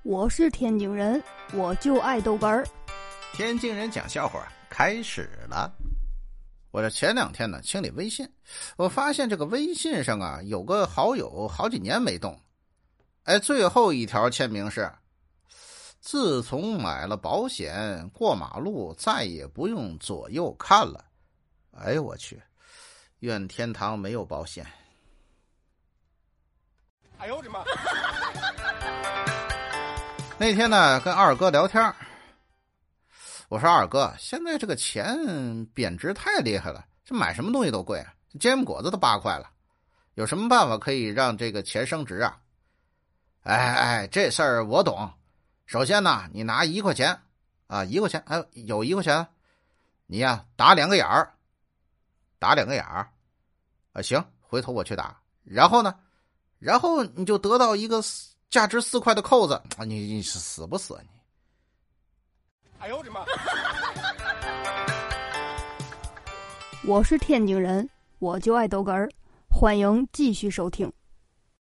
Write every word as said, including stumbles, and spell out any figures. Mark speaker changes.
Speaker 1: 我是天津人，我就爱豆干儿。
Speaker 2: 天津人讲笑话开始了。我这前两天呢清理微信，我发现这个微信上啊有个好友好几年没动。哎，最后一条签名是：自从买了保险，过马路再也不用左右看了。哎呦我去，愿天堂没有保险。哎呦我的妈！那天呢跟二哥聊天，我说二哥，现在这个钱贬值太厉害了，这买什么东西都贵，煎饼果子都八块了，有什么办法可以让这个钱升值啊？哎哎，这事儿我懂。首先呢，你拿一块钱啊，一块钱，哎，有一块钱，你呀打两个眼儿，打两个眼儿，啊行，回头我去打。然后呢，然后你就得到一个价值四块的扣子，你你是死不死啊你？
Speaker 3: 哎呦我的妈！
Speaker 1: 我是天津人，我就爱豆干儿。欢迎继续收听。